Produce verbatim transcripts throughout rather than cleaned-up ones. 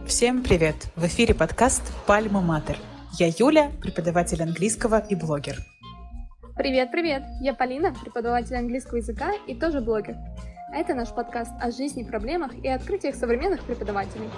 Всем привет! В эфире подкаст «Пальма Матер». Я Юля, преподаватель английского и блогер. Привет-привет! Я Полина, преподаватель английского языка и тоже блогер. Это наш подкаст о жизни, проблемах и открытиях современных преподавателей.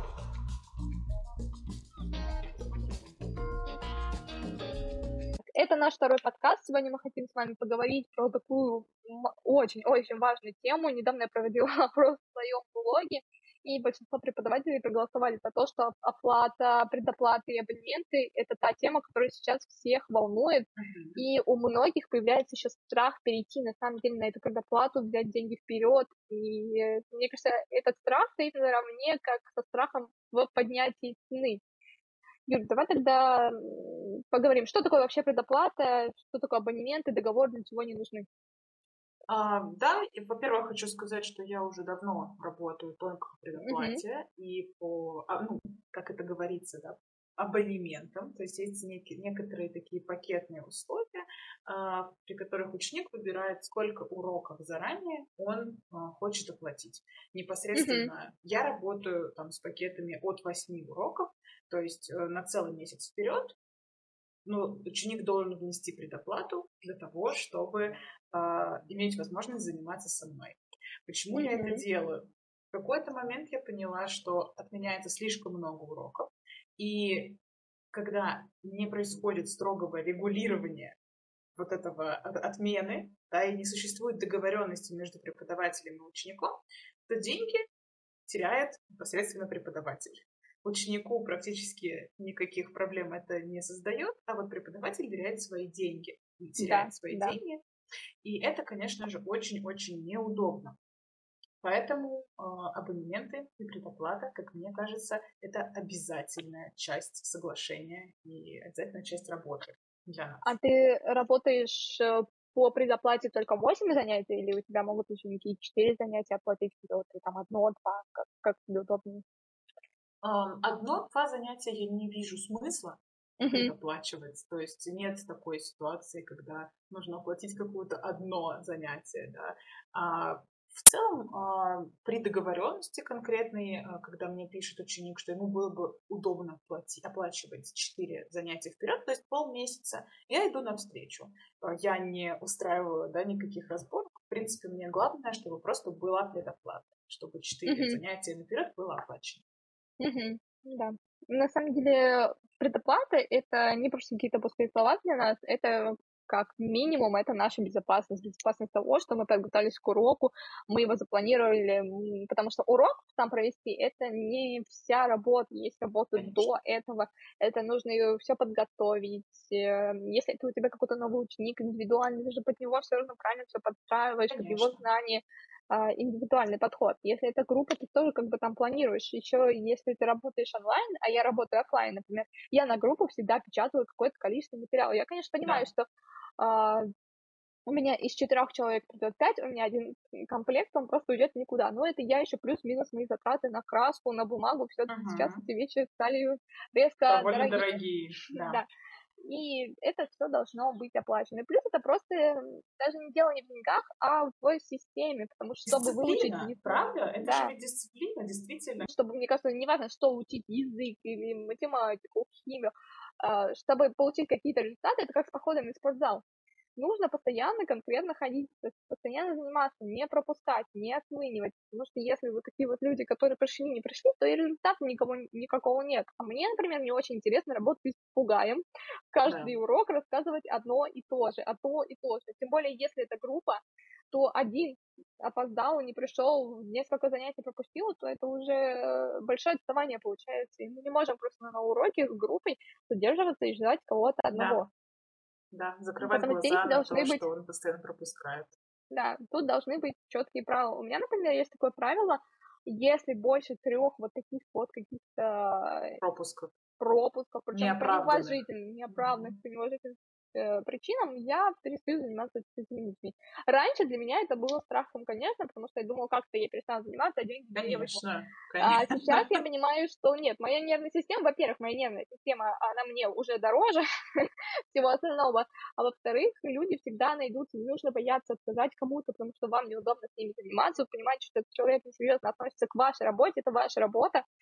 Это наш второй подкаст. Сегодня мы хотим с вами поговорить про такую очень-очень важную тему. Недавно я проводила опрос в своем блоге, и большинство преподавателей проголосовали за то, что оплата, предоплаты и абонементы — это та тема, которая сейчас всех волнует, mm-hmm. и у многих появляется еще страх перейти, на самом деле, на эту предоплату, взять деньги вперед, и мне кажется, этот страх стоит наравне, как со страхом в поднятии цены. Юль, давай тогда поговорим, что такое вообще предоплата, что такое абонементы, договор, для чего они нужны. А, да, и, во-первых, хочу сказать, что я уже давно работаю только по предоплате mm-hmm. и по, ну, как это говорится, да, абонементам. То есть есть некие, некоторые такие пакетные условия, а, при которых ученик выбирает, сколько уроков заранее он а, хочет оплатить. Непосредственно mm-hmm. я работаю там с пакетами от восьми уроков, то есть на целый месяц вперед. Но ученик должен внести предоплату для того, чтобы э, иметь возможность заниматься со мной. Почему mm-hmm. я это делаю? В какой-то момент я поняла, что от меня это слишком много уроков. И когда не происходит строгого регулирования вот этого отмены, да, и не существует договоренности между преподавателем и учеником, то деньги теряет непосредственно преподаватель. Ученику практически никаких проблем это не создает, а вот преподаватель теряет свои деньги, теряет да, свои да. деньги, и это, конечно же, очень-очень неудобно. Поэтому э, абонементы и предоплата, как мне кажется, это обязательная часть соглашения и обязательная часть работы для нас. А ты работаешь по предоплате только восемь занятий, или у тебя могут ученики четыре занятия оплатить, или там одно-два, как, как тебе удобнее? Одно-два занятия я не вижу смысла uh-huh. предоплачивать. То есть нет такой ситуации, когда нужно оплатить какое-то одно занятие. Да. А в целом, а, при договоренности конкретной, а, когда мне пишет ученик, что ему было бы удобно платить, оплачивать четыре занятия вперед, то есть полмесяца, я иду навстречу. Я не устраиваю, да, никаких разборок. В принципе, мне главное, чтобы просто была предоплата, чтобы четыре uh-huh. занятия наперед было оплачено. Угу, да. На самом деле предоплата — это не просто какие-то пустые слова для нас, это как минимум это наша безопасность, безопасность того, что мы подготовились к уроку, мы его запланировали, потому что урок сам провести — это не вся работа, есть работа Конечно. До этого, это нужно все подготовить, если это у тебя какой-то новый ученик индивидуальный, ты же под него все равно правильно все подстраиваешь, под его знания, индивидуальный подход. Если это группа, ты тоже как бы там планируешь. Еще если ты работаешь онлайн, а я работаю офлайн, например, я на группу всегда печатаю какое-то количество материала. Я, конечно, понимаю, да. что а, у меня из четырех человек придет пять, у меня один комплект, он просто уйдет никуда. Но это я еще плюс-минус мои затраты на краску, на бумагу, все uh-huh. сейчас эти вещи стали резко довольно дорогие. дорогие. Да. да. И это все должно быть оплачено. И плюс это просто даже не дело не в деньгах, а в системе, потому что чтобы дисциплина, выучить... правда? Это да. же ведь дисциплина, действительно. Чтобы, мне кажется, не важно, что учить, язык или математику, химию, чтобы получить какие-то результаты, это как с походами в спортзал. Нужно постоянно конкретно ходить, постоянно заниматься, не пропускать, не отлынивать, потому что если вы такие вот люди, которые пришли, не пришли, то и результата никого, никакого нет. А мне, например, не очень интересно работать с попугаем, каждый да. урок рассказывать одно и то же, одно и то же. Тем более, если это группа, то один опоздал, не пришел, несколько занятий пропустил, то это уже большое отставание получается. И мы не можем просто на уроке с группой задерживаться и ждать кого-то одного. Да. Да, закрывать Поэтому глаза на то, быть... что он постоянно пропускает. Да, тут должны быть четкие правила. У меня, например, есть такое правило, если больше трех вот таких вот каких-то пропусков, пропусков, причем по неуважительным, неоправданным, mm-hmm. по неуважительным э, причинам, я перестаю заниматься с этими людьми. Раньше для меня это было страхом, конечно, потому что я думала, как-то я перестану заниматься, а деньги не возьму. Конечно. А сейчас я понимаю, что нет, моя нервная система, во-первых, моя нервная система, она мне уже дороже всего остального, а во-вторых, люди всегда найдутся, не нужно бояться отказать кому-то, потому что вам неудобно с ними заниматься, вы понимаете, что этот человек несерьезно относится к вашей работе, это ваша работа,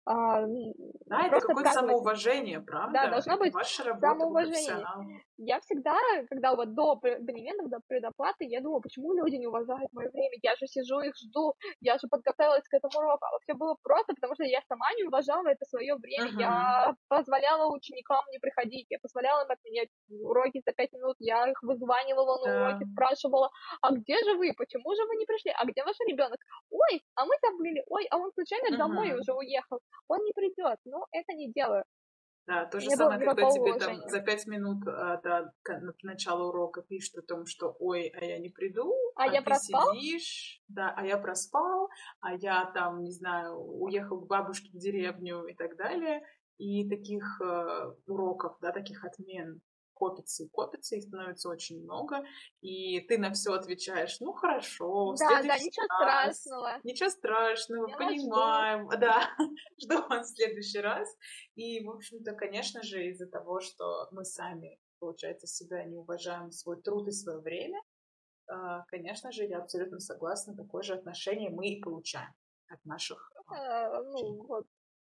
а, Да, это просто какое-то отказывать. самоуважение, Да, правда? должно Это быть ваша работа, вы самоуважение. профессионал. Я всегда, когда вот до пр- абонементов, до предоплаты, я думала, почему люди не уважают мое время? Я же сижу их жду, я же подготовилась к этому уроку. А все было просто, потому что я сама не уважала это свое время. Мгм. Я позволяла ученикам не приходить, я позволяла им отменять уроки за пять минут, я их вызванивала на уроки, Да. спрашивала, а где же вы, почему же вы не пришли, а где ваш ребенок? Ой, а мы забыли, ой, а он случайно домой Мгм. уже уехал, он не придет. Но это не делаю. Да, то У же меня было самое, когда никакого тебе там уважения. за пять минут а, до к- на- начала урока пишут о том, что ой, а я не приду, А а я ты проспал? сидишь, да, а я проспал, а я там, не знаю, уехал к бабушке в деревню и так далее. И таких э, уроков, да, таких отмен копится и копится, их становится очень много, и ты на все отвечаешь, ну хорошо, в Да, да, следующий ничего раз, страшного. ничего страшного, Я вас жду. понимаем, да, жду вас в следующий раз. И, в общем-то, конечно же, из-за того, что мы сами, получается, себя не уважаем, свой труд и свое время, а, конечно же, я абсолютно согласна, такое же отношение мы и получаем от наших а, Э, ну, учеников. вот,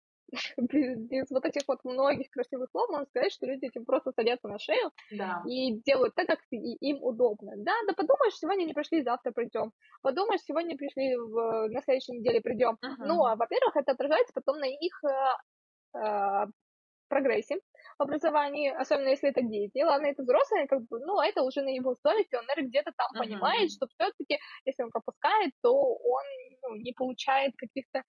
без, без вот этих вот многих красивых слов можно сказать, что люди этим просто садятся на шею Да. и делают так, как и- им удобно. Да, да подумаешь, сегодня не пришли, завтра придем. Подумаешь, сегодня пришли, в, на следующей неделе придем. Ну, Мгм. а, во-первых, это отражается потом на их э, э, прогрессе в образовании, особенно если это дети. Ладно, это взрослые, как бы, ну, это уже на его совести, он, наверное, где-то там понимает, Мгм. что все-таки, если он пропускает, то он ну, не получает каких-то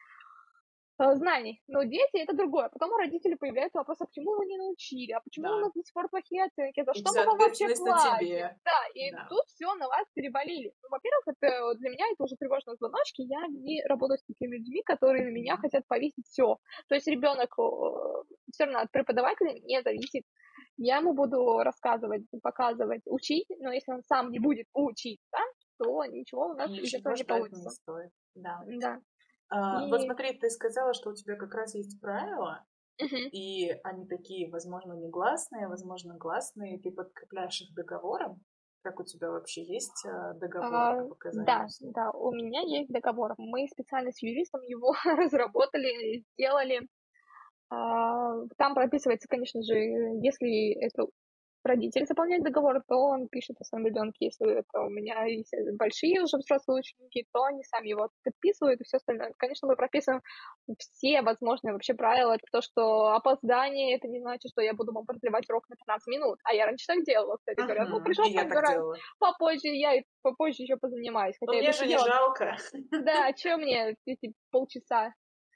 э, знаний. Но дети это другое. Потом у родителей появляется вопрос, а почему вы не научили, а почему у Да. нас до сих пор плохие оценки, за И что вся мы вам вообще ответственность на платим? тебе. Да, и Да. тут все на вас перевалили. Ну, во-первых, это вот для меня это уже тревожные звоночки. Я не работаю с такими людьми, которые на меня Мгм. хотят повесить все. То есть ребенок все равно от преподавателя не зависит. Я ему буду рассказывать, показывать, учить, но если он сам не будет учиться, то ничего у нас из этого Ничего не ждать не получится. стоит. Да. Да. А, вот И смотри, ты сказала, что у тебя как раз есть правила, мгм. и они такие, возможно, негласные, возможно, гласные. Ты подкрепляешь их договором. Как у тебя вообще есть а, договор А, об оказании да, услуг? да, у меня есть договор. Мы специально с юристом его разработали, сделали. А, Там прописывается, конечно же, если это родитель заполняет договор, то он пишет о своем ребенке. Если это у меня есть большие уже взрослые ученики, то они сами его подписывают и все остальное. Конечно, мы прописываем все возможные вообще правила. Это то, что опоздание, это не значит, что я буду вам продлевать урок на пятнадцать минут. А я раньше так делала, кстати говоря. Ну, Мгм. пришел И я так раз делала. попозже, я и попозже еще позанимаюсь. Но Хотя я мне бы же не сидела. жалко. Да, а что мне эти полчаса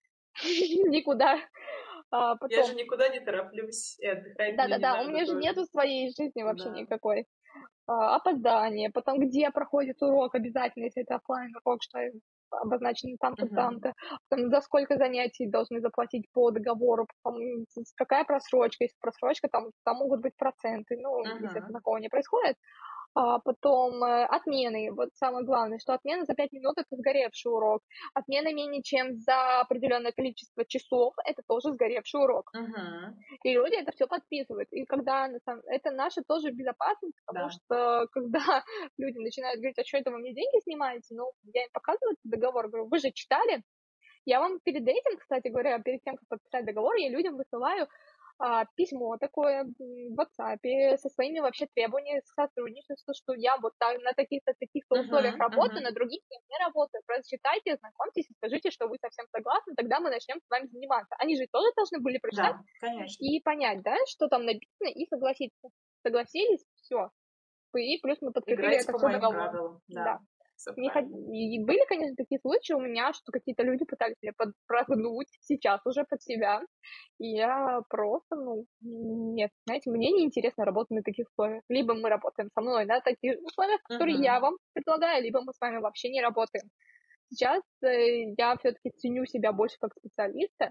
никуда а, Я же потом. никуда не тороплюсь, и отдыхать мне не Да-да-да, у надо меня же тоже. нету своей жизни вообще Да. никакой. А, опоздание, потом где проходит урок обязательно, если это оффлайн урок, что обозначено там-то, Мгм. там-то, потом за сколько занятий должны заплатить по договору, потом с- какая просрочка, если просрочка, там, там могут быть проценты, ну, если Мгм. такого не происходит, а потом э, отмены. Вот самое главное, что отмена за пять минут это сгоревший урок. Отмена менее чем за определенное количество часов это тоже сгоревший урок. Мгм. И люди это все подписывают. И когда на самом- это наша тоже безопасность, потому Да. что когда люди начинают говорить, а что это вы мне деньги снимаете? Ну, я им показываю этот договор, говорю, вы же читали. Я вам перед этим, кстати говоря, перед тем, как подписать договор, я людям высылаю а, письмо такое м, в WhatsApp со своими вообще требованиями к сотрудничеству, что я вот так, на таких-то таких-то условиях Мгм. работаю, на Мгм. других я не работаю. Просто читайте, ознакомьтесь и скажите, что вы совсем согласны, тогда мы начнем с вами заниматься. Они же тоже должны были прочитать Да, конечно. и понять, да, что там написано, и согласиться. Согласились, все. И плюс мы подкрепили Играйте это по все моим договором. правилам. Да. Да, все Не хот- правильно. И были, конечно, такие случаи у меня, что какие-то люди пытались меня под- прогнуть сейчас уже под себя. И я просто, ну, нет, знаете, мне неинтересно работать на таких условиях. Либо мы работаем со мной на таких условиях, которые я Мгм. вам предлагаю, либо мы с вами вообще не работаем. Сейчас э, я все-таки ценю себя больше как специалиста,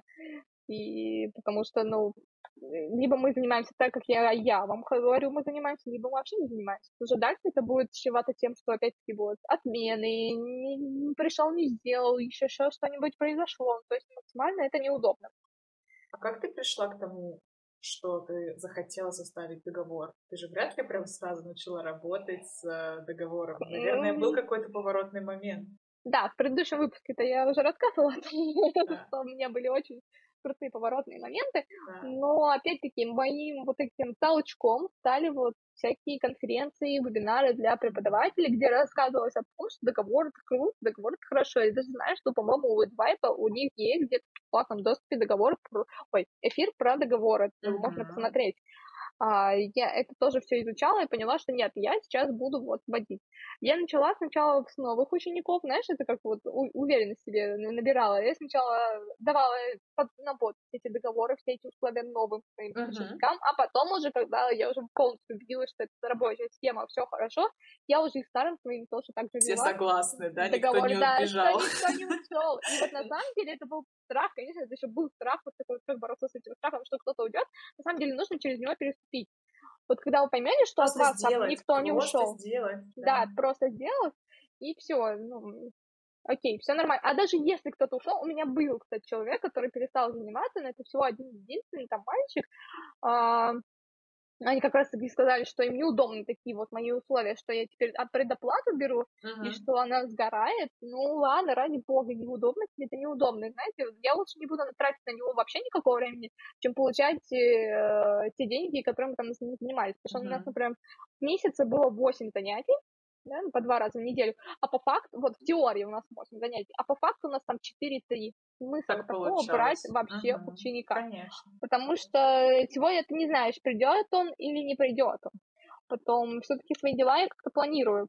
и потому что, ну, либо мы занимаемся так, как я, я вам говорю, мы занимаемся, либо мы вообще не занимаемся. Уже дальше это будет чревато тем, что опять-таки будут отмены, не, не пришел, не сделал, еще что что-нибудь произошло. То есть максимально это неудобно. А как ты пришла к тому, что ты захотела составить договор? Ты же вряд ли прям сразу начала работать с э, договором. Наверное, был М, какой-то поворотный момент. Да, в предыдущем выпуске-то я уже рассказывала о том, Да. что у меня были очень крутые поворотные моменты, Да. но, опять-таки, моим вот этим толчком стали вот всякие конференции, вебинары для преподавателей, где рассказывалось о том, что договор — это круто, договор — это хорошо. И даже знаешь, что, по-моему, у Эдвайпа у них есть где-то в платном доступе договор, про... ой, эфир про договоры, uh-huh. можно посмотреть. А, я это тоже все изучала и поняла, что нет, я сейчас буду вот вводить. Я начала сначала с новых учеников, знаешь, это как вот у- уверенность в себе набирала. Я сначала давала под, на под эти договоры, все эти условия новым своим uh-huh. ученикам, а потом уже, когда я уже полностью убедилась, что это рабочая схема, все хорошо, я уже и старым своим тоже так же вела. Все согласны, да? Договор, никто не да, убежал. что никто не ушел. И вот на самом деле это был страх, конечно, это еще был страх, вот такой, как бороться с этим страхом, что кто-то уйдет. На самом деле нужно через него переступить. Вот когда вы поймете, что просто от вас сделать, там никто не ушел, сделать, да. да, просто сделать, и все, ну, окей, все нормально. А даже если кто-то ушел, у меня был, кстати, человек, который перестал заниматься, но это всего один единственный, там, мальчик, а, они как раз таки сказали, что им неудобны такие вот мои условия, что я теперь от предоплату беру, uh-huh. и что она сгорает. Ну ладно, ради бога, неудобно тебе, это неудобно. Знаете, я лучше не буду тратить на него вообще никакого времени, чем получать э, те деньги, которыми мы там занимались. Потому что uh-huh. у нас, например, в месяце было восемь занятий, да, по два раза в неделю, а по факту, вот в теории у нас восемь занятий, а по факту у нас там четыре-три. Смысл так такого получалось. брать вообще угу. ученика. Конечно. Потому что сегодня ты не знаешь, придет он или не придет он. Потом все-таки свои дела я как-то планирую.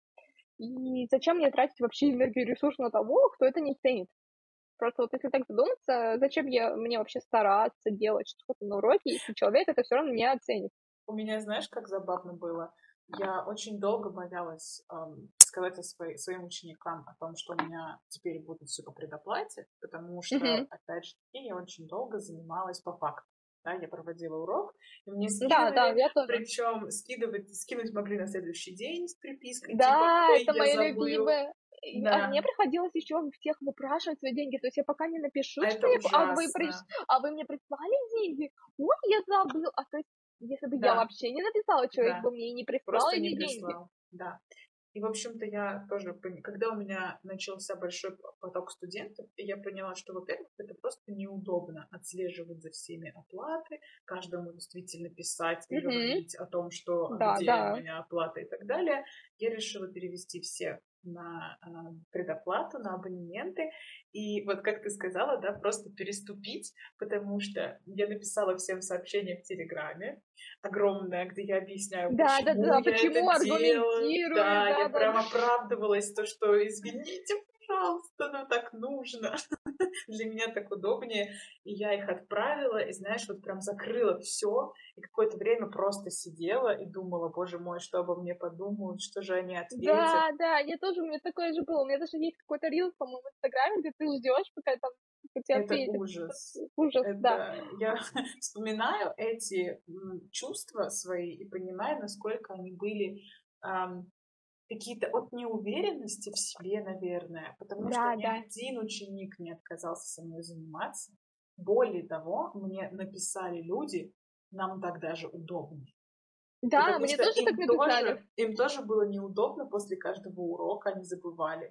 И зачем мне тратить вообще энергию и ресурс на того, кто это не ценит? Просто вот если так задуматься, зачем я, мне вообще стараться делать что-то на уроке, если человек это все равно не оценит? У меня, знаешь, как забавно было? Я очень долго боялась эм, сказать о свои, своим ученикам о том, что у меня теперь будет все по предоплате, потому что, mm-hmm. опять же, я очень долго занималась по факту. Да, я проводила урок, и мне скидывали, да, да, я тоже. причем скидывать, скинуть могли на следующий день с припиской, да, типа, это я моя забыл. любимая. Да. А мне приходилось еще всех выпрашивать свои деньги. То есть я пока не напишу, а что я... а, вы приш... а вы мне прислали деньги? Ой, я забыл. А то есть, если бы да. я вообще не написала, человек да. бы мне и не прислал Просто эти не деньги. Прислал. Да. И, в общем-то, я тоже, когда у меня начался большой поток студентов, я поняла, что, во-первых, это просто неудобно отслеживать за всеми оплаты, каждому действительно писать и mm-hmm. говорить о том, что да, где да. моя оплата и так далее. Я решила перевести всех на э, предоплату, на абонементы. И вот как ты сказала, да, просто переступить, потому что я написала всем сообщение в Телеграме огромное, где я объясняю, да, почему да, да, я почему это делаю. Да, да, я да, прям да. оправдывалась, то, что извините, пожалуйста, ну так нужно. Для меня так удобнее. И я их отправила, и, знаешь, вот прям закрыла все, и какое-то время просто сидела и думала, боже мой, что обо мне подумают, что же они ответят. Да, да, я тоже, у меня такое же было. У меня даже есть какой-то рилс, по-моему, в Инстаграме, где ты ждешь, пока там это ответят. ужас. Ужас, это... да. Я вспоминаю эти м, чувства свои и понимаю, насколько они были эм, какие-то от неуверенности в себе, наверное, потому да, что ни да. один ученик не отказался со мной заниматься. Более того, мне написали люди, нам так даже удобнее. Да, потому мне что тоже им так написали. Тоже, им тоже было неудобно после каждого урока, они забывали.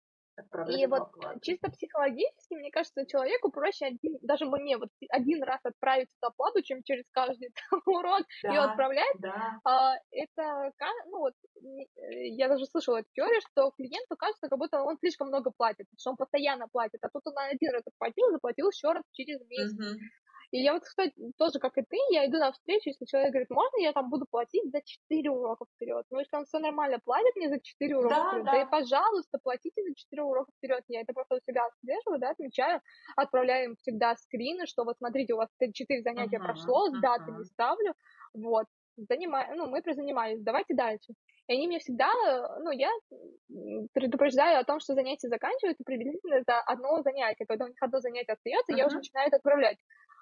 И вот чисто психологически, мне кажется, человеку проще один, даже мне вот один раз отправить эту оплату, чем через каждый урок да, ее отправлять. Да. А, это, ну вот, я даже слышала эту теорию, что клиенту кажется, как будто он слишком много платит, что он постоянно платит, а тут он один раз отплатил, заплатил еще раз через месяц. Uh-huh. И я вот, кстати, тоже, как и ты, я иду навстречу, если человек говорит, можно я там буду платить за четыре урока вперед? Ну, если он все нормально платит мне за четыре урока да, вперед, да. да и, пожалуйста, платите за четыре урока вперед. Я это просто у себя отслеживаю, да, отмечаю, отправляю им всегда скрины, что вот смотрите, у вас четыре занятия uh-huh, прошло, с uh-huh. датами ставлю, вот, занимаю, ну, мы прозанимались, давайте дальше. И они мне всегда, ну, я предупреждаю о том, что занятия заканчиваются приблизительно за одно занятие. Когда у них одно занятие остается, uh-huh. я уже начинаю это отправлять.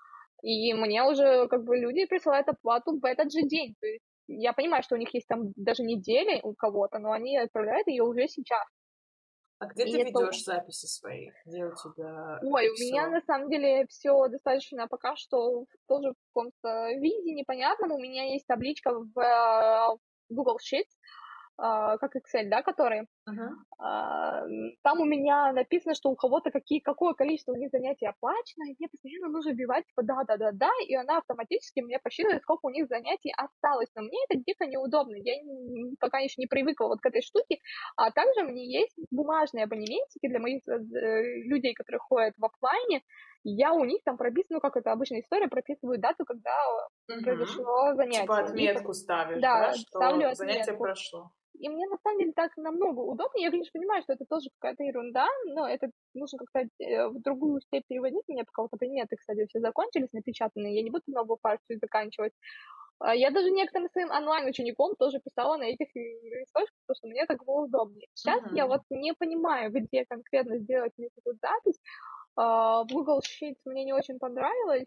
И мне уже как бы люди присылают оплату в этот же день. То есть я понимаю, что у них есть там даже недели у кого-то, но они отправляют ее уже сейчас. А где и ты это... ведешь записи свои? Где у тебя Ой, у всё? меня на самом деле все достаточно пока что тоже в каком-то виде непонятном. У меня есть табличка в Google Sheets, а, как Excel, да, который, Ага. а, там у меня написано, что у кого-то какие, какое количество у них занятий оплачено, и мне постоянно нужно вбивать, типа, да-да-да-да, и она автоматически мне посчитывает, сколько у них занятий осталось. Но мне это дико неудобно, я не- пока еще не привыкла вот к этой штуке. А также мне есть бумажные абонементики для моих э, людей, которые ходят в оффлайне. Я у них там прописываю, ну, как это обычная история, прописываю дату, когда Угу. произошло Типа занятие. И, отметку ставишь, да, да, ставлю что занятие отметку. прошло. И мне на самом деле так намного удобнее. Я, конечно, понимаю, что это тоже какая-то ерунда, но это нужно как-то э, в другую степь переводить. У меня пока вот абонементы, кстати, все закончились, напечатанные. Я не буду новую партию заканчивать. А Я даже некоторым своим онлайн-ученикам тоже писала на этих э, листочках, потому что мне так было удобнее. Сейчас я Угу. вот не понимаю, где конкретно сделать мне эту запись. А, В Google Sheets мне не очень понравилось.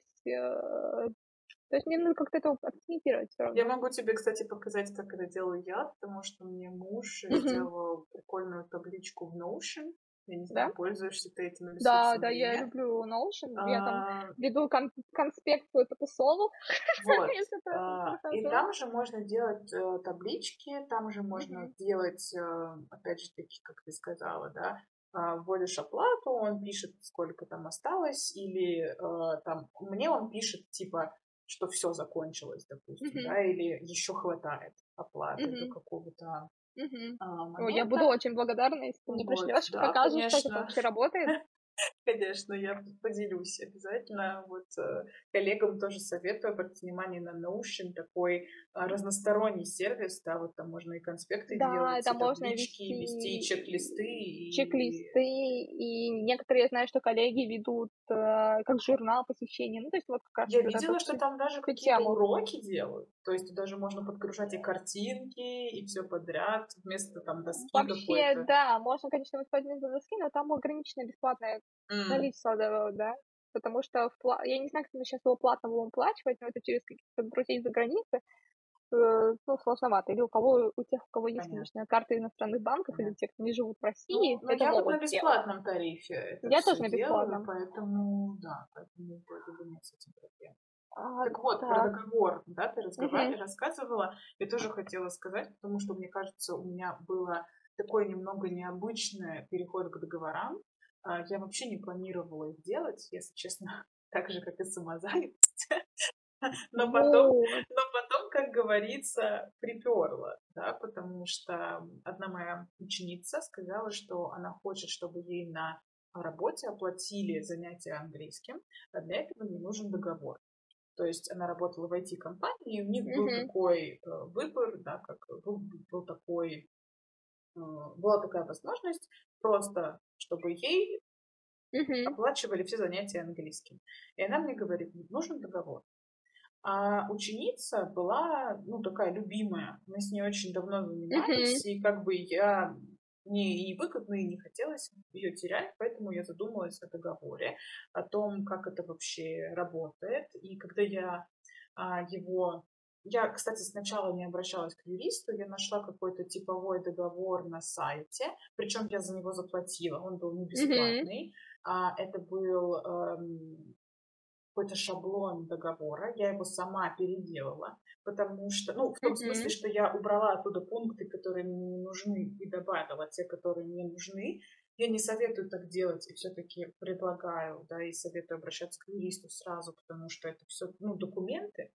э, То есть мне нужно как-то это оптимизировать все Я равно. могу тебе, кстати, показать, как это делаю я, потому что мне муж Мгм. сделал прикольную табличку в Notion. Я не Да? знаю, пользуешься ты этим Да, ресурсом да, или я нет. люблю Notion. Я там А, веду кон- конспект свой по слову, Вот. если это А, И прохожу. там же можно делать э, таблички, там же можно Мгм. делать, э, опять же таки, как ты сказала, да, а, вводишь оплату, он пишет, сколько там осталось, или э, там мне он пишет, типа, что все закончилось, допустим, Мгм. да, или еще хватает оплаты до Мгм. какого-то Мгм. а, Ой, я буду момента. очень благодарна, если ты мне Вот, пришлешь, да, покажешь, как это конечно. вообще работает. Конечно, я поделюсь обязательно. Вот э, коллегам тоже советую обратить внимание на Notion, такой а, разносторонний сервис, да, вот там можно и конспекты Да, делать, это и можно таблички, и вести и вести чек-листы, и чек-листы, и некоторые, я знаю, что коллеги ведут э, как журнал посещения. Ну, то есть вот как раз я вот эту видела, что всю, там даже всю какие-то тему. уроки делают, то есть даже можно подгружать и картинки, и все подряд, вместо там доски Вообще, какой-то. да, можно, конечно, воспользоваться за доски, но там ограниченное бесплатное М, количество, да, да. Потому что в пла- я не знаю, как мы сейчас его платно будем оплачивать, но это через каких-то друзей за границей, э, ну, сложновато. Или у кого, у тех, у кого есть, Понятно, конечно, карты иностранных банков, или понятно. те, кто не живут в Ну, России, но это я вот на могут сделать. бесплатном тарифе это Я все тоже на делаю, бесплатном. поэтому, да, поэтому вроде бы нет с этим проблем. А, Так вот, про так. договор, да, ты разговар- Мгм. рассказывала, я тоже хотела сказать, потому что, мне кажется, у меня было такой немного необычный переход к договорам. А, Я вообще не планировала их делать, если честно, так же, как и самозанятость. Но потом, Вот. но потом, как говорится, приперла, да, потому что одна моя ученица сказала, что она хочет, чтобы ей на работе оплатили занятия английским, а для этого не нужен договор. То есть она работала в ай ти-компании, и у них был Мгм. такой э, выбор, да, как был, был такой, э, была такая возможность просто, чтобы ей Мгм. оплачивали все занятия английским. И она мне говорит, нужен договор. А ученица была, ну, такая любимая. Мы с ней очень давно Мгм. занимались, и как бы я мне и выгодно, и не хотелось ее терять, поэтому я задумалась о договоре, о том, как это вообще работает. И когда я а, его... Я, кстати, сначала не обращалась к юристу, я нашла какой-то типовой договор на сайте, причем я за него заплатила, он был не Мгм. бесплатный. А, это был эм, какой-то шаблон договора, я его сама переделала, потому что, ну, в том смысле, Мгм. что я убрала оттуда пункты, которые мне не нужны, и добавила те, которые мне нужны. Я не советую так делать, и все-таки предлагаю, да, и советую обращаться к юристу сразу, потому что это все, ну, документы,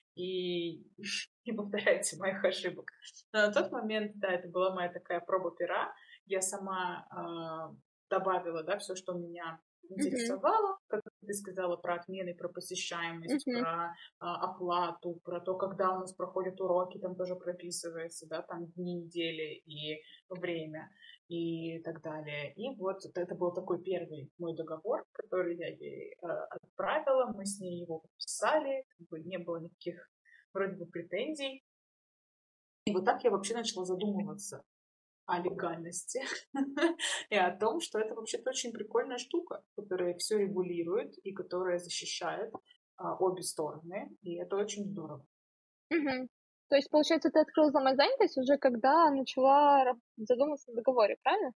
и не повторяйте моих ошибок. Но на тот момент, да, это была моя такая проба пера. Я сама э, добавила, да, все, что меня Мгм. интересовало, как ты сказала, про отмены, про посещаемость, Мгм. про а, оплату, про то, когда у нас проходят уроки, там тоже прописывается, да, там дни недели и время и так далее. И вот это был такой первый мой договор, который я ей э, отправила, мы с ней его подписали, как бы не было никаких вроде бы претензий. И вот так я вообще начала задумываться о легальности и о том, что это вообще-то очень прикольная штука, которая все регулирует и которая защищает а, обе стороны, и это очень здорово. Мгм. То есть, получается, ты открыла самозанятость уже когда начала раб- задумываться о договоре, правильно?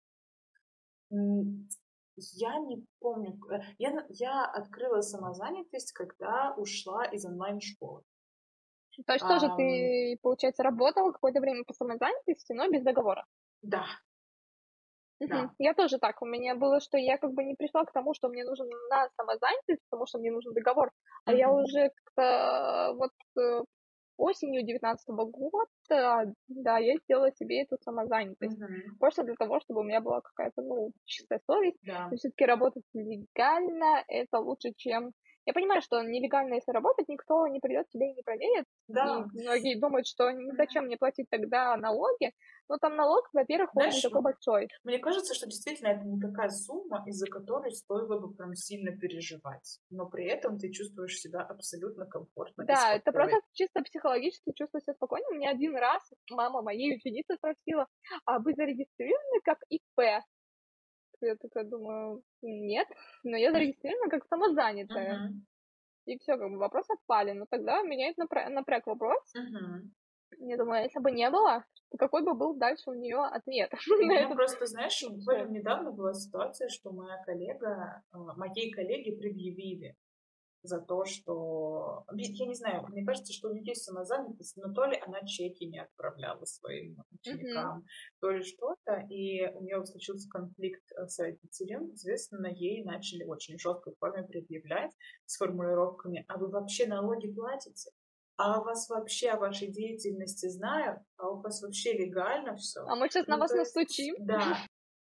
М, Я не помню, э, я, на- я открыла самозанятость, когда ушла из онлайн-школы. То есть тоже ты, получается, работала какое-то время по самозанятости, но без договора? Да. Мгм. Да. Я тоже так. У меня было, что я как бы не пришла к тому, что мне нужен на самозанятость, потому что мне нужен договор, а я Мгм. уже как-то вот э, осенью девятнадцатого года, да, я сделала себе эту самозанятость. Мгм. Просто для того, чтобы у меня была какая-то, ну, чистая совесть. Да. И все-таки работать легально это лучше, чем... Я понимаю, что нелегально, если работать, никто не придет тебе и не проверит. И Да. многие думают, что Мгм. зачем мне платить тогда налоги. Но там налог, во-первых, он не Знаешь, такой м, большой. мне кажется, что действительно это не такая сумма, из-за которой стоило бы прям сильно переживать. Но при этом ты чувствуешь себя абсолютно комфортно и Да, это просто спокойно. чисто психологически чувствую себя спокойно. Мне один раз мама моей ученицы спросила, а вы зарегистрированы как ИП? Я такая думаю, нет, но я зарегистрирована как самозанятая. Мгм. И все, как бы вопрос отпали. Но тогда меня это напря- напряг вопрос. Мгм. Я думаю, если бы не было, то какой бы был дальше у нее ответ У на меня этот просто, знаешь, буквально вопрос? недавно была ситуация, что моя коллега, а, моей коллеге предъявили за то, что... Ведь я не знаю, мне кажется, что у нее есть самозанятость, но то ли она чеки не отправляла своим Мгм. ученикам, то ли что-то, и у нее случился конфликт э, с родителем, соответственно, ей начали очень в жесткой форме предъявлять с формулировками: а вы вообще налоги платите? А у вас вообще о вашей деятельности знают? А у вас вообще легально все? А мы сейчас на Ну, вас то есть, настучим. да,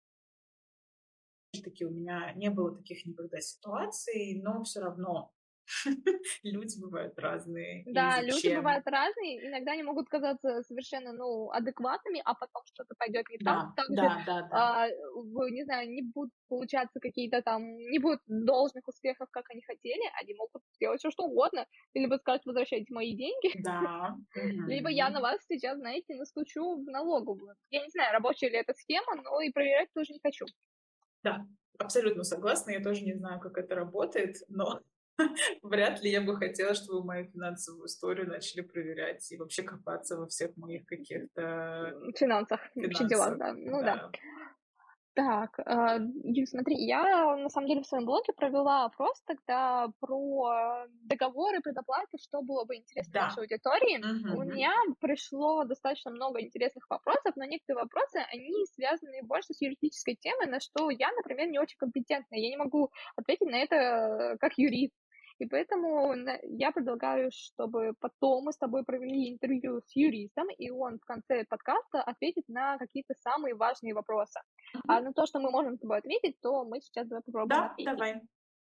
таки у меня не было таких никогда ситуаций, но все равно люди бывают разные. И Да, люди зачем? бывают разные, иногда они могут казаться совершенно, ну, адекватными, а потом что-то пойдет не так, Да, также, да, да, да. а, в- не знаю, не будут получаться какие-то там, не будет должных успехов, как они хотели, они могут сделать все что угодно, либо скажут, возвращайте мои деньги, Да. либо я на Мгм. вас сейчас, знаете, настучу в налоговую. Я не знаю, рабочая ли эта схема, но и проверять тоже не хочу. Да, абсолютно согласна. Я тоже не знаю, как это работает, но вряд ли я бы хотела, чтобы мою финансовую историю начали проверять и вообще копаться во всех моих каких-то В финансах, вообще делах, финансах. да, ну да. Да. Так, а, Юль, смотри, я на самом деле в своем блоге провела опрос тогда про договоры предоплаты, что было бы интересно Да. нашей аудитории. У Мгм. меня пришло достаточно много интересных вопросов, но некоторые вопросы, они связаны больше с юридической темой, на что я, например, не очень компетентна. Я не могу ответить на это э, как юрист. И поэтому на- я предлагаю, чтобы потом мы с тобой провели интервью с юристом, и он в конце подкаста ответит на какие-то самые важные вопросы. А Мгм. на то, что мы можем с тобой ответить, то мы сейчас давай попробуем Да, ответить. давай.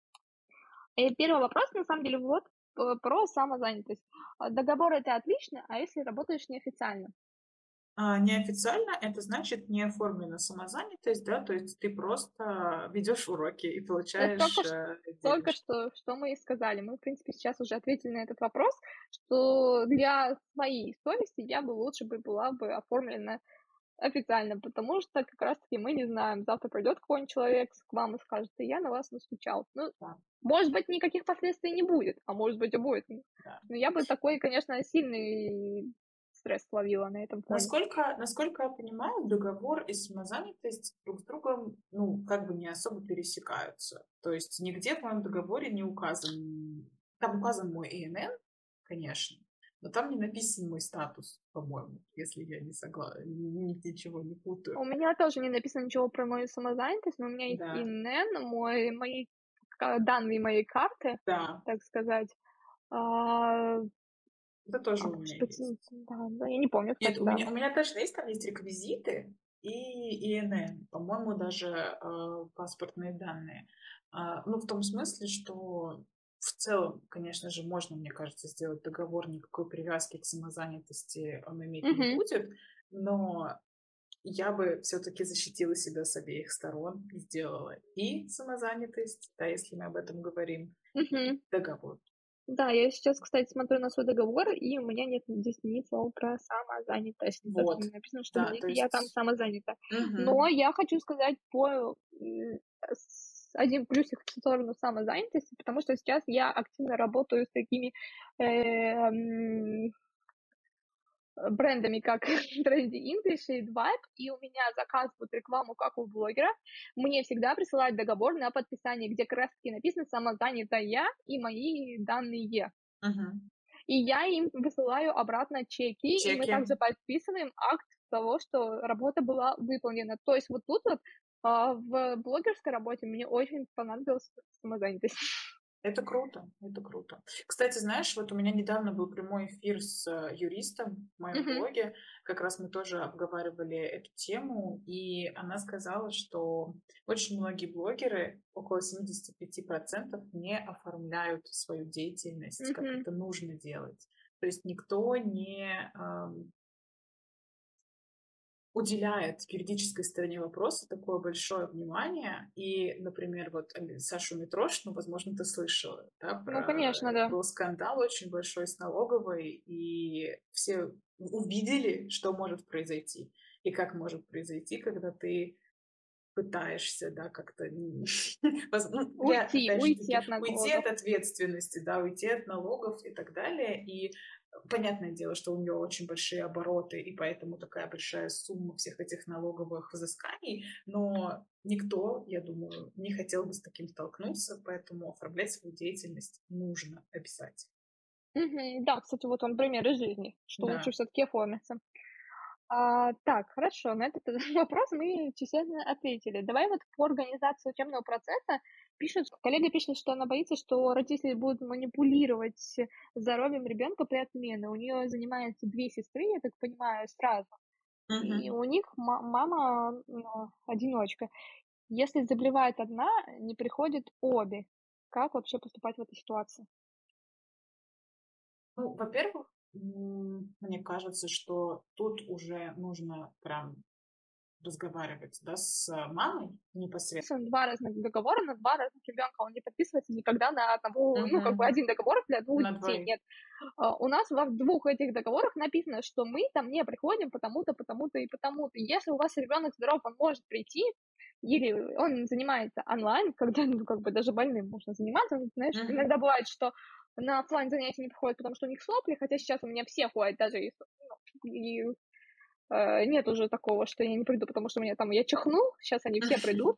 И первый вопрос, на самом деле, вот э, про самозанятость. А, Договор это отлично, а если работаешь неофициально? А, неофициально это значит не оформлена самозанятость, да, то есть ты просто ведешь уроки и Это только, получаешь ш- э, только денежки. что, что мы и сказали. Мы, в принципе, сейчас уже ответили на этот вопрос, что для своей совести я бы лучше бы была бы оформлена официально, потому что как раз-таки мы не знаем, завтра придет какой-нибудь человек к вам и скажет, и я на вас настучал. Ну, Да, может быть, никаких последствий не будет, а может быть и будет. да. Но я бы такой, конечно, сильный стресс словила на этом фоне. Насколько, насколько я понимаю, договор и самозанятость друг с другом, ну, как бы не особо пересекаются. То есть нигде в моем договоре не указан, там указан мой И Н Н, конечно, но там не написан мой статус, по-моему, если я не согласна, ничего не путаю. У меня тоже не написано ничего про мою самозанятость, но у меня есть Да, И Н Н, мой, мои ка- данные моей карты, да, так сказать. А, это тоже а у меня может быть, есть. н- да, да, я не помню, Нет, кстати, у да. меня, у меня точно есть, там есть реквизиты и И Н Н, по-моему, даже э, паспортные данные. А, ну, в том смысле, что в целом, конечно же, можно, мне кажется, сделать договор, никакой привязки к самозанятости он иметь не Мгм. будет, но я бы все-таки защитила себя с обеих сторон и сделала и самозанятость, да, если мы об этом говорим, и Мгм. договор. Да, я сейчас, кстати, смотрю на свой договор, и у меня нет здесь ни слова про самозанятость. Даже Вот, не написано, что да, то я там есть... самозанята. Но Мгм. я хочу сказать по м, с- один плюсик в сторону самозанятости, потому что сейчас я активно работаю с такими э, м, брендами, как Trendy English и Vibe, и у меня заказывают рекламу, как у блогера. Мне всегда присылают договор на подписание, где как раз таки написано «самозанятая» и мои данные. Мгм. и я им высылаю обратно чеки, Чеки. и мы также подписываем акт того, что работа была выполнена. То есть вот тут вот а, в блогерской работе мне очень понадобилась самозанятость. Это круто, это круто. Кстати, знаешь, вот у меня недавно был прямой эфир с э, юристом в моем Мгм. блоге, как раз мы тоже обговаривали эту тему, и она сказала, что очень многие блогеры, около семьдесят пять процентов, не оформляют свою деятельность, как Мгм. это нужно делать. То есть никто не эм, уделяет юридической стороне вопроса такое большое внимание. И, например, вот э, Сашу Митрошину, возможно, ты слышала, да, Ну, про конечно, да. был скандал очень большой с налоговой, и все увидели, что может произойти, и как может произойти, когда ты пытаешься, да, как-то, м, воз- ну, я, Уйти, опять же уйти таки, от уйти налогов. от ответственности, да, уйти от налогов и так далее. И э, понятное дело, что у нее очень большие обороты, и поэтому такая большая сумма всех этих налоговых взысканий, но никто, я думаю, не хотел бы с таким столкнуться, поэтому оформлять свою деятельность нужно обязательно. Мгм. Да, кстати, вот он пример из жизни, что лучше Да. все-таки оформиться. А, так, хорошо, на этот вопрос мы частично ответили. Давай вот по организации учебного процесса пишет, коллега пишет, что она боится, что родители будут манипулировать здоровьем ребенка при отмене. У нее занимаются две сестры, я так понимаю, сразу. И Мгм. у них ма- мама ну, одиночка. Если заболевает одна, не приходят обе. Как вообще поступать в этой ситуации? Ну, во-первых, м, мне кажется, что тут уже нужно прям разговаривать, да, с мамой непосредственно. Подписываем два разных договора на два разных ребенка. Он не подписывается никогда на одного, ну, как бы Мгм. один договор для двух На детей. двоих. Нет. А, У нас во двух этих договорах написано, что мы там не приходим потому-то, потому-то и потому-то. Если у вас ребенок здоров, он может прийти, или он занимается онлайн, когда, ну, как бы даже больным можно заниматься. Ну, знаешь, Мгм. иногда бывает, что на оффлайн занятия не приходят, потому что у них сопли, хотя сейчас у меня все ходят, даже и, ну, и э, нет уже такого, что я не приду, потому что у меня там я чихну, сейчас они все придут.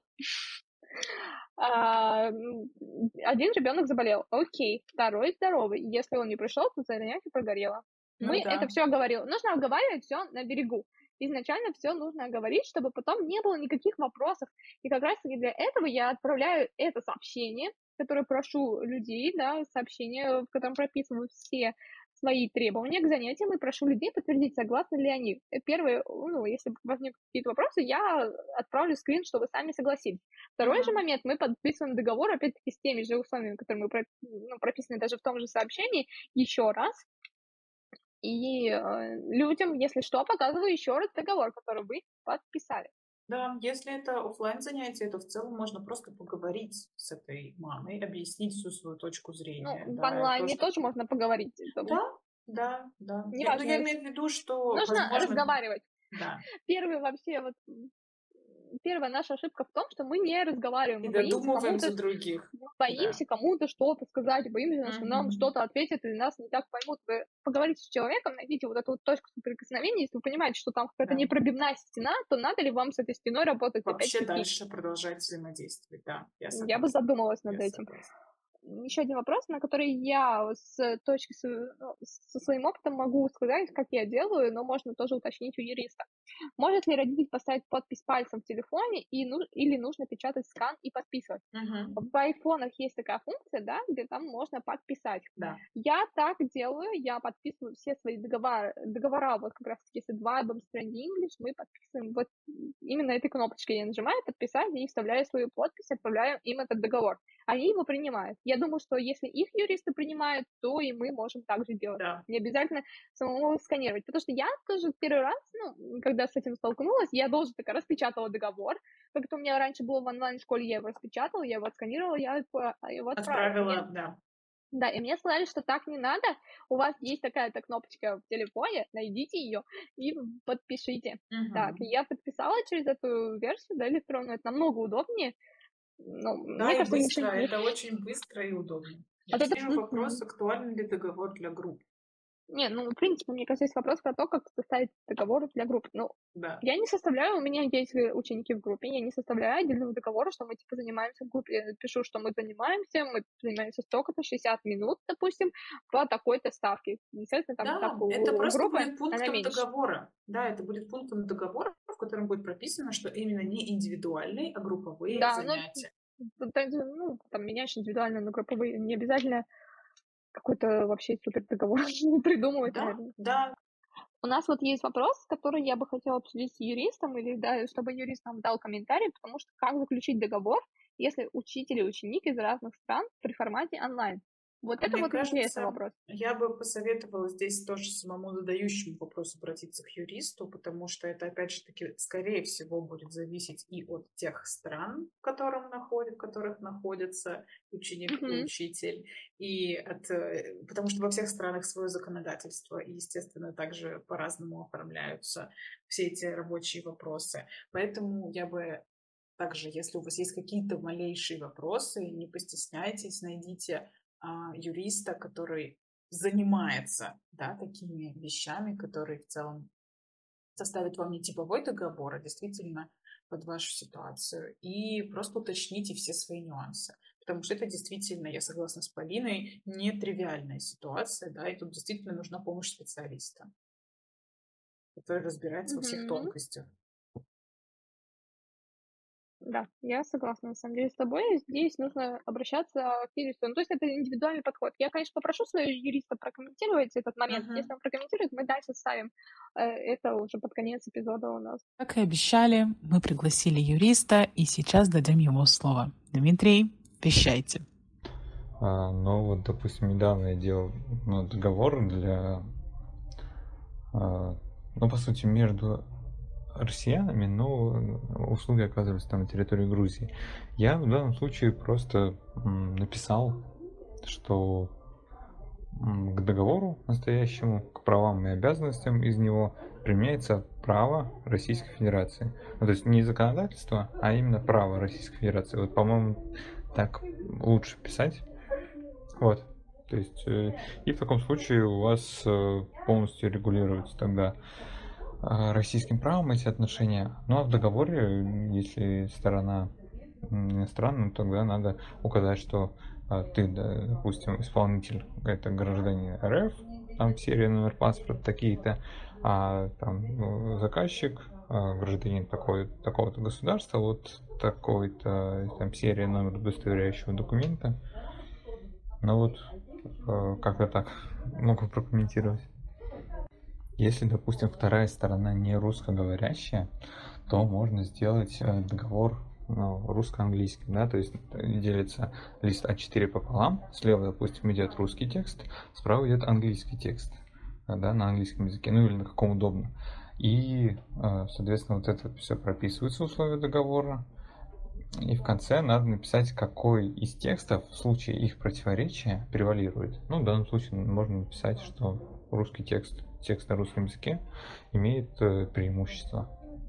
А, м, один ребенок заболел, окей, второй здоровый. Если он не пришел, то занятие прогорело. Ну Мы это да. все оговорили. Нужно оговаривать все на берегу. Изначально все нужно оговорить, чтобы потом не было никаких вопросов. И как раз-таки для этого я отправляю это сообщение, которое прошу людей, да, сообщение, в котором прописываю все свои требования к занятиям и прошу людей подтвердить, согласны ли они. Э, Первое, ну, если возникнут какие-то вопросы, я отправлю скрин, что вы сами согласились. Второй же Мгм. момент, мы подписываем договор, опять-таки, с теми же условиями, которые мы про- ну, прописаны даже в том же сообщении, еще раз. И э, людям, если что, показываю еще раз договор, который вы подписали. Да, если это оффлайн занятие, то в целом можно просто поговорить с этой мамой, объяснить всю свою точку Ну, зрения, в да, и то, онлайне что... тоже можно поговорить. Это Да, да, да. Я- ну, я неважно. имею в виду, что, Нужно возможно, разговаривать. да, Первый вообще вот первая наша ошибка в том, что мы не разговариваем, и мы боимся додумываем кому-то, за других, мы да. боимся кому-то что-то сказать, боимся, что нам Мгм. что-то ответят или нас не так поймут. Вы поговорите с человеком, найдите вот эту вот точку соприкосновения, если вы понимаете, что там какая-то Да. непробивная стена, то надо ли вам с этой стеной работать Вообще опять-таки? дальше продолжать взаимодействовать, да, я Я бы согласна, задумалась над я этим. согласна. Еще один вопрос, на который я с точки сво- ну, со своим опытом могу сказать, как я делаю, но можно тоже уточнить у юриста. Может ли родитель поставить подпись пальцем в телефоне и, ну, или нужно печатать скан и подписывать? Мгм. В айфонах есть такая функция, да, где там можно подписать. Да. Я так делаю, я подписываю все свои договора, договора вот как раз-таки с Advibe, с Trendy English, мы подписываем вот именно этой кнопочкой. Я нажимаю подписать и вставляю свою подпись, отправляю им этот договор. Они его принимают. Я думаю, что если их юристы принимают, то и мы можем так же делать. Да. Не обязательно самому сканировать. Потому что я тоже первый раз, ну, когда с этим столкнулась, я тоже такая распечатала договор. Как это у меня раньше было в онлайн-школе, я его распечатала, я его отсканировала, я его отправила. Мне, Отправила, да. да, и мне сказали, что так не надо. У вас есть такая-то кнопочка в телефоне, найдите ее и подпишите. Мгм. Так, и я подписала через эту версию, да, электронную. Это намного удобнее. Ну, Да, мне и кажется, ничего быстро, не... это очень быстро и удобно. Я Вот это... вижу вопрос, Мгм. актуален ли договор для групп. Не, ну, в принципе, мне кажется, есть вопрос про то, как составить договор для группы. Ну, Да. я не составляю, у меня есть ученики в группе, я не составляю отдельного договора, что мы, типа, занимаемся в группе. Я пишу, что мы занимаемся, мы занимаемся столько-то, шестьдесят минут, допустим, по такой-то ставке. Естественно, там Да, ставка это у, у просто группы, будет она пунктом меньше. договора. Да, это будет пунктом договора, в котором будет прописано, что именно не индивидуальные, а групповые Да, занятия. ну, ну, там меняешь индивидуально на групповые, не обязательно какой-то вообще супер договор придумывать, Да, наверное. да. У нас вот есть вопрос, который я бы хотела обсудить с юристом, или да, чтобы юрист нам дал комментарий, потому что как заключить договор, если учитель и ученик из разных стран при формате онлайн? Вот это Мне вот интересный кажется, вопрос. я бы посоветовала здесь тоже самому задающему вопрос обратиться к юристу, потому что это, опять же таки, скорее всего, будет зависеть и от тех стран, в, котором находит, в которых находится ученик и учитель, и от, потому что во всех странах свое законодательство, и, естественно, также по-разному оформляются все эти рабочие вопросы. Поэтому я бы также, если у вас есть какие-то малейшие вопросы, не постесняйтесь, найдите юриста, который занимается, да, такими вещами, которые в целом составят вам не типовой договор, а действительно под вашу ситуацию. И просто уточните все свои нюансы. Потому что это действительно, я согласна с Полиной, нетривиальная ситуация, да, и тут действительно нужна помощь специалиста, который разбирается во всех тонкостях. Да, я согласна, на самом деле, с тобой. Здесь нужно обращаться к юристу. Ну, то есть это индивидуальный подход. Я, конечно, попрошу своего юриста прокомментировать этот момент. Uh-huh. Если он прокомментирует, мы дальше ставим э, это уже под конец эпизода у нас. Как и обещали, мы пригласили юриста, и сейчас дадим ему слово. Дмитрий, вещайте. А, ну, вот, допустим, недавно я делал ну, договор для, а, ну, по сути, между россиянами, но услуги оказывались там на территории Грузии. Я в данном случае просто м, написал, что м, к договору настоящему, к правам и обязанностям из него применяется право Российской Федерации. Ну, то есть не законодательство, а именно право Российской Федерации. Вот, по-моему, так лучше писать. Вот. То есть, э, и в таком случае у вас э, полностью регулируется тогда российским правом эти отношения. Ну а в договоре, если сторона иностранная, тогда надо указать, что а, ты, да, допустим, исполнитель, это гражданин РФ, там серия, номер паспорта такие-то, а там ну, заказчик, а, гражданин такой, такого-то государства, вот такой-то там серия, номер удостоверяющего документа. Ну вот, э, как-то так могу прокомментировать. Если, допустим, вторая сторона не русскоговорящая, то можно сделать договор ну, русско-английским, да, то есть делится лист а четыре пополам, слева, допустим, идет русский текст, справа идет английский текст, да, на английском языке, ну или на каком удобно. И, соответственно, вот это все прописывается в условия договора. И в конце надо написать, какой из текстов в случае их противоречия превалирует. Ну, в данном случае можно написать, что русский текст, текст на русском языке имеет э, преимущество.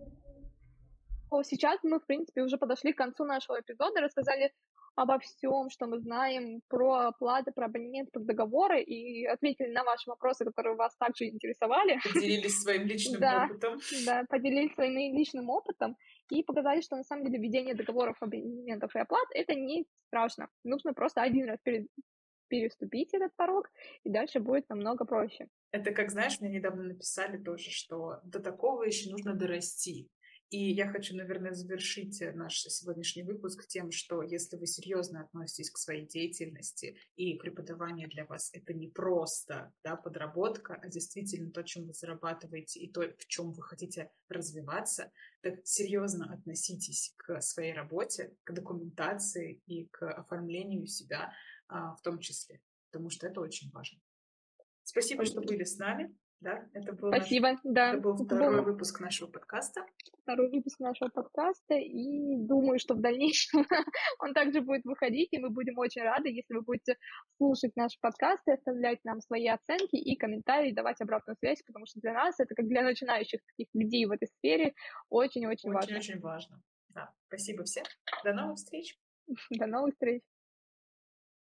Сейчас мы, в принципе, уже подошли к концу нашего эпизода, рассказали обо всем, что мы знаем про оплаты, про абонемент, про договоры, и ответили на ваши вопросы, которые вас также интересовали. Поделились своим личным да, опытом. Да, поделились своим личным опытом и показали, что на самом деле введение договоров, абонементов и оплат — это не страшно. Нужно просто один раз перед переступить этот порог, и дальше будет намного проще. Это как, знаешь, мне недавно написали тоже, что до такого еще нужно дорасти. И я хочу, наверное, завершить наш сегодняшний выпуск тем, что если вы серьезно относитесь к своей деятельности, и преподавание для вас это не просто да, подработка, а действительно то, чем вы зарабатываете, и то, в чем вы хотите развиваться, так серьезно относитесь к своей работе, к документации и к оформлению себя в том числе, потому что это очень важно. Спасибо, что были с нами. Да, это был Спасибо, наш, да. это был это второй был выпуск нашего подкаста. Второй выпуск нашего подкаста, и думаю, что в дальнейшем он также будет выходить, и мы будем очень рады, если вы будете слушать наши подкасты, оставлять нам свои оценки и комментарии, давать обратную связь, потому что для нас это, как для начинающих таких людей в этой сфере, очень-очень важно. Очень-очень важно. Да. Спасибо всем. До новых встреч. До новых встреч.